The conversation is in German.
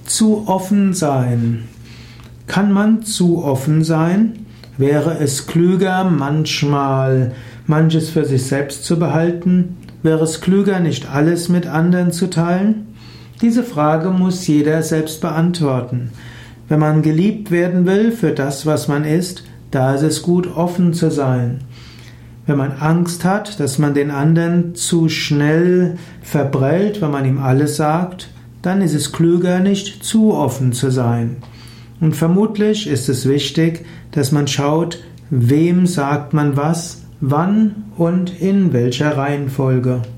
Zu offen sein. Kann man zu offen sein? Wäre es klüger, manches für sich selbst zu behalten? Wäre es klüger, nicht alles mit anderen zu teilen? Diese Frage muss jeder selbst beantworten. Wenn man geliebt werden will für das, was man ist, da ist es gut, offen zu sein. Wenn man Angst hat, dass man den anderen zu schnell verprellt, wenn man ihm alles sagt, dann ist es klüger, nicht zu offen zu sein. Und vermutlich ist es wichtig, dass man schaut, wem sagt man was, wann und in welcher Reihenfolge.